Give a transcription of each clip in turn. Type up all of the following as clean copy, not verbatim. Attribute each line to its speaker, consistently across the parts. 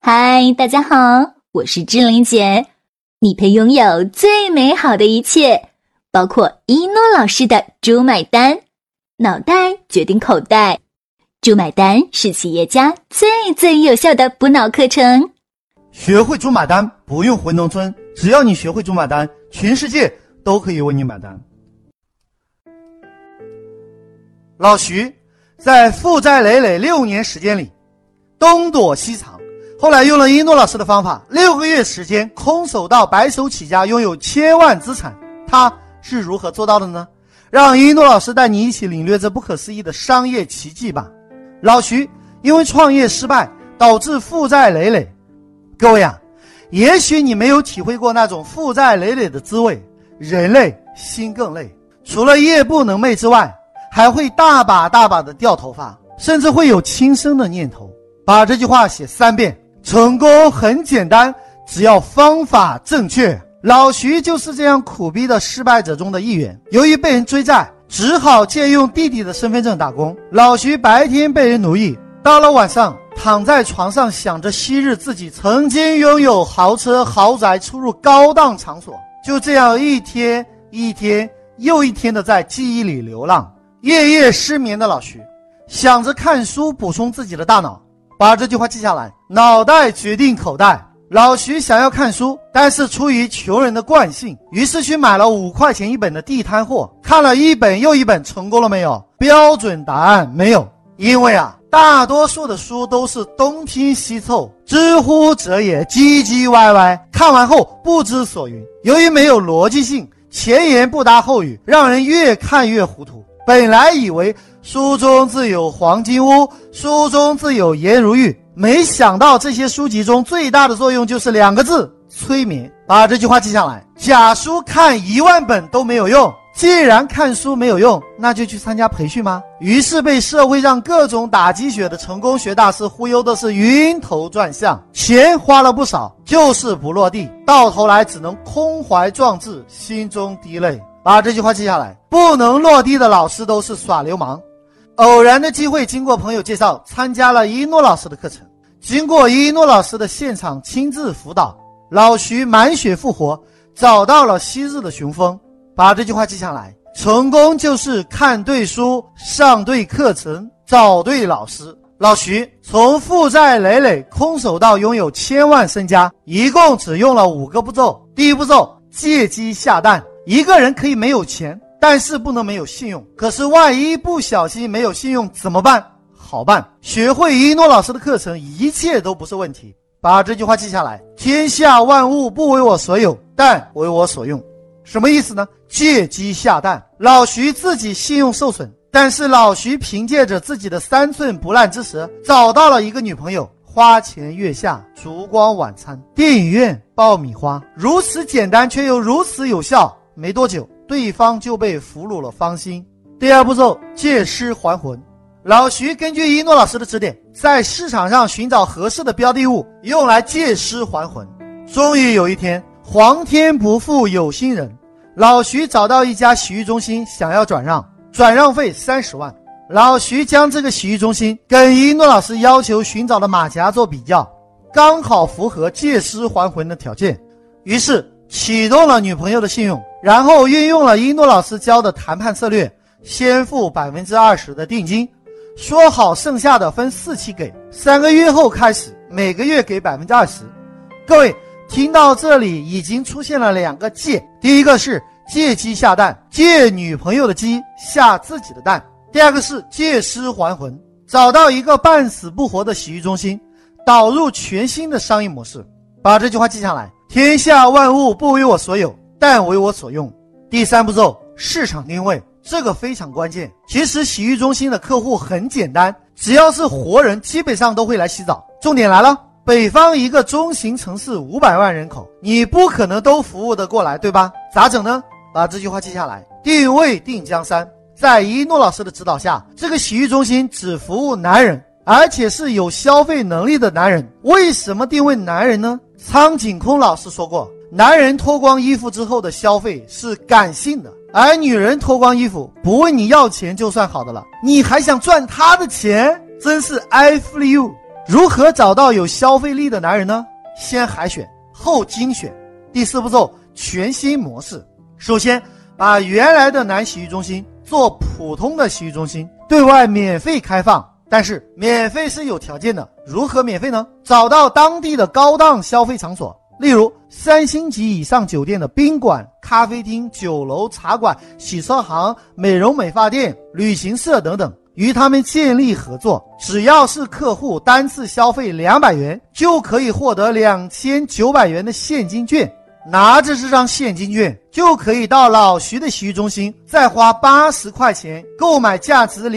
Speaker 1: 嗨，大家好，我是志玲姐。你配拥有最美好的一切，包括一诺老师的猪买单，脑袋决定口袋。猪买单是企业家最有效的补脑课程。
Speaker 2: 学会猪买单，不用回农村，只要你学会猪买单，全世界都可以为你买单。老徐在负债累累6年时间里东躲西藏，后来用了一诺老师的方法，6个月时间空手道白手起家，拥有1000万资产。他是如何做到的呢？让一诺老师带你一起领略这不可思议的商业奇迹吧。老徐因为创业失败导致负债累累，各位啊，也许你没有体会过那种负债累累的滋味，人累心更累，除了夜不能寐之外，还会大把的掉头发，甚至会有轻生的念头。把这句话写3遍，成功很简单，只要方法正确。老徐就是这样苦逼的失败者中的一员，由于被人追债，只好借用弟弟的身份证打工。老徐白天被人奴役，到了晚上躺在床上想着昔日自己曾经拥有豪车豪宅，出入高档场所，就这样一天又一天的在记忆里流浪。夜夜失眠的老徐想着看书补充自己的大脑，把这句话记下来，脑袋决定口袋。老徐想要看书，但是出于穷人的惯性，于是去买了5块钱一本的地摊货，看了一本又一本。成功了没有？标准答案没有。因为大多数的书都是东拼西凑，知乎者也，唧唧歪歪，看完后不知所云。由于没有逻辑性，前言不搭后语，让人越看越糊涂。本来以为书中自有黄金屋，书中自有颜如玉，没想到这些书籍中最大的作用就是2个字：催眠。把这句话记下来，假书看1万本都没有用，既然看书没有用，那就去参加培训吗？于是被社会上各种打鸡血的成功学大师忽悠的是晕头转向，钱花了不少，就是不落地，到头来只能空怀壮志，心中滴泪。把这句话记下来，不能落地的老师都是耍流氓。偶然的机会，经过朋友介绍参加了一诺老师的课程，经过一诺老师的现场亲自辅导，老徐满血复活，找到了昔日的雄风。把这句话记下来，成功就是看对书，上对课程，找对老师。老徐从负债累累空手道拥有1000万身家，一共只用了5个步骤。第一步骤，借机下蛋。一个人可以没有钱，但是不能没有信用。可是万一不小心没有信用怎么办？好办，学会一诺老师的课程，一切都不是问题。把这句话记下来，天下万物不为我所有，但为我所用。什么意思呢？借机下蛋。老徐自己信用受损，但是老徐凭借着自己的3寸不烂之舌，找到了一个女朋友，花前月下，烛光晚餐，电影院，爆米花，如此简单却又如此有效。没多久，对方就被俘虏了芳心。第二步骤，借尸还魂。老徐根据一诺老师的指点，在市场上寻找合适的标的物，用来借尸还魂。终于有一天，皇天不负有心人，老徐找到一家洗浴中心，想要转让，转让费30万。老徐将这个洗浴中心跟一诺老师要求寻找的马甲做比较，刚好符合借尸还魂的条件，于是启动了女朋友的信用，然后运用了一诺老师教的谈判策略，先付20%的定金，说好剩下的分4期给，3个月后开始每个月给20%。各位听到这里已经出现了2个借，第一个是借鸡下蛋，借女朋友的鸡下自己的蛋；第二个是借尸还魂，找到一个半死不活的洗浴中心，导入全新的商业模式。把这句话记下来，天下万物不为我所有，但为我所用。第3步骤，市场定位，这个非常关键。其实洗浴中心的客户很简单，只要是活人基本上都会来洗澡。重点来了，北方一个中型城市500万人口，你不可能都服务得过来，对吧？咋整呢？把这句话记下来，定位定江山。在一诺老师的指导下，这个洗浴中心只服务男人，而且是有消费能力的男人。为什么定位男人呢？苍井空老师说过，男人脱光衣服之后的消费是感性的，而女人脱光衣服不问你要钱就算好的了，你还想赚她的钱，真是 I feel you。 如何找到有消费力的男人呢？先海选后精选。第4步骤，全新模式。首先把原来的男洗浴中心做普通的洗浴中心，对外免费开放，但是免费是有条件的。如何免费呢？找到当地的高档消费场所，例如3星级以上酒店的宾馆、咖啡厅、酒楼、茶馆、洗车行、美容美发店、旅行社等等，与他们建立合作。只要是客户单次消费200元，就可以获得2900元的现金券。拿着这张现金券，就可以到老徐的洗浴中心，再花80块钱购买价值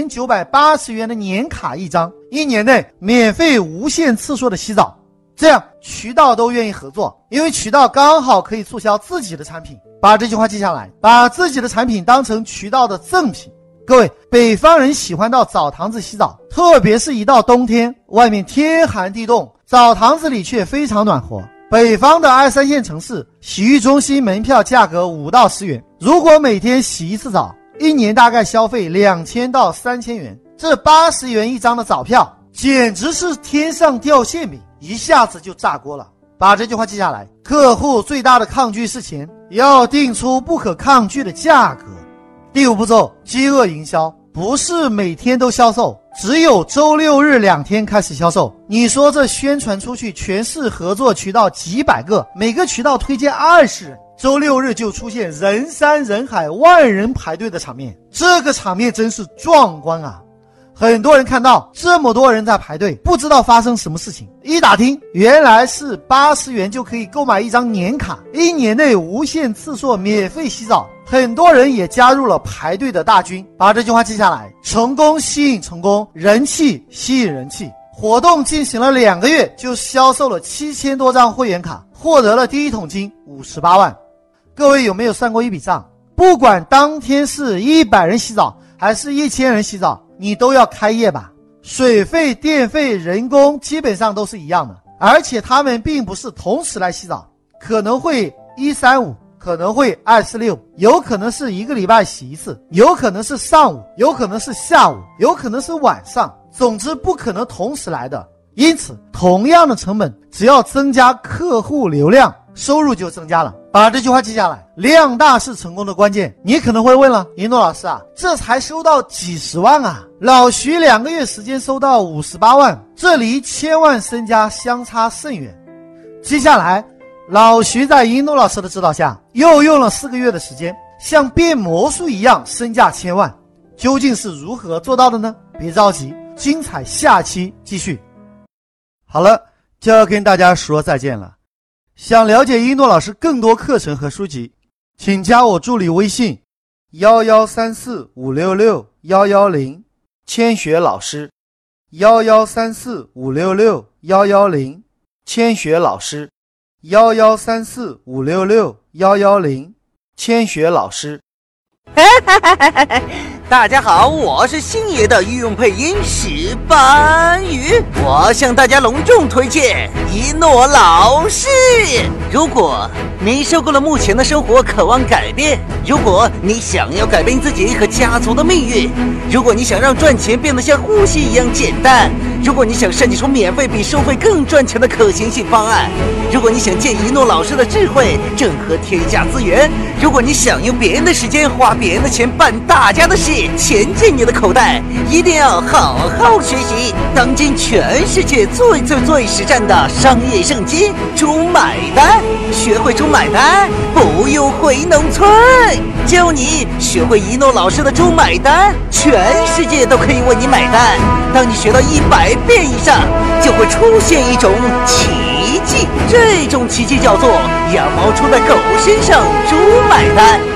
Speaker 2: 2980元的年卡一张，1年内免费无限次数的洗澡。这样渠道都愿意合作，因为渠道刚好可以促销自己的产品。把这句话记下来，把自己的产品当成渠道的赠品。各位，北方人喜欢到澡堂子洗澡，特别是一到冬天，外面天寒地冻，澡堂子里却非常暖和。北方的2、3线城市洗浴中心门票价格5到10元，如果每天洗一次澡，1年大概消费2000到3000元，这80元一张的澡票简直是天上掉馅饼，一下子就炸锅了。把这句话记下来，客户最大的抗拒是钱，要定出不可抗拒的价格。第5步骤，饥饿营销，不是每天都销售，只有周6日2天开始销售。你说这宣传出去，全市合作渠道几百个，每个渠道推荐20人，周6日就出现人山人海、万人排队的场面，这个场面真是壮观啊！很多人看到这么多人在排队，不知道发生什么事情，一打听，原来是80元就可以购买一张年卡，1年内无限次数免费洗澡。很多人也加入了排队的大军。把这句话记下来，成功吸引成功，人气吸引人气。活动进行了2个月，就销售了7000多张会员卡，获得了第一桶金58万。各位有没有算过一笔账？不管当天是100人洗澡还是1000人洗澡，你都要开业吧？水费、电费、人工基本上都是一样的，而且他们并不是同时来洗澡，可能会135，可能会246，有可能是1个礼拜洗一次，有可能是上午，有可能是下午，有可能是晚上，总之不可能同时来的。因此同样的成本，只要增加客户流量，收入就增加了。把这句话记下来，量大是成功的关键。你可能会问了，一诺老师啊，这才收到几十万啊，老徐2个月时间收到58万，这离1000万身家相差甚远。接下来老徐在一诺老师的指导下，又用了4个月的时间，像变魔术一样身价1000万，究竟是如何做到的呢？别着急，精彩下期继续。好了，就要跟大家说再见了。想了解一诺老师更多课程和书籍，请加我助理微信11345661110，千雪老师11345661110，千雪老师11345661110，千雪老师。
Speaker 3: 大家好，我是星爷的御用配音石斑鱼，我向大家隆重推荐一诺老师。如果你受够了目前的生活，渴望改变；如果你想要改变自己和家族的命运；如果你想让赚钱变得像呼吸一样简单；如果你想设计出免费比收费更赚钱的可行性方案；如果你想借一诺老师的智慧整合天下资源；如果你想用别人的时间花别人的钱办大家的事，钱进你的口袋，一定要好好学习当今全世界最实战的商业圣经猪买单。学会猪买单，不用回农村，教你学会一诺老师的猪买单，全世界都可以为你买单。当你学到100遍以上，就会出现一种奇迹，这种奇迹叫做羊毛出在狗身上，猪买单。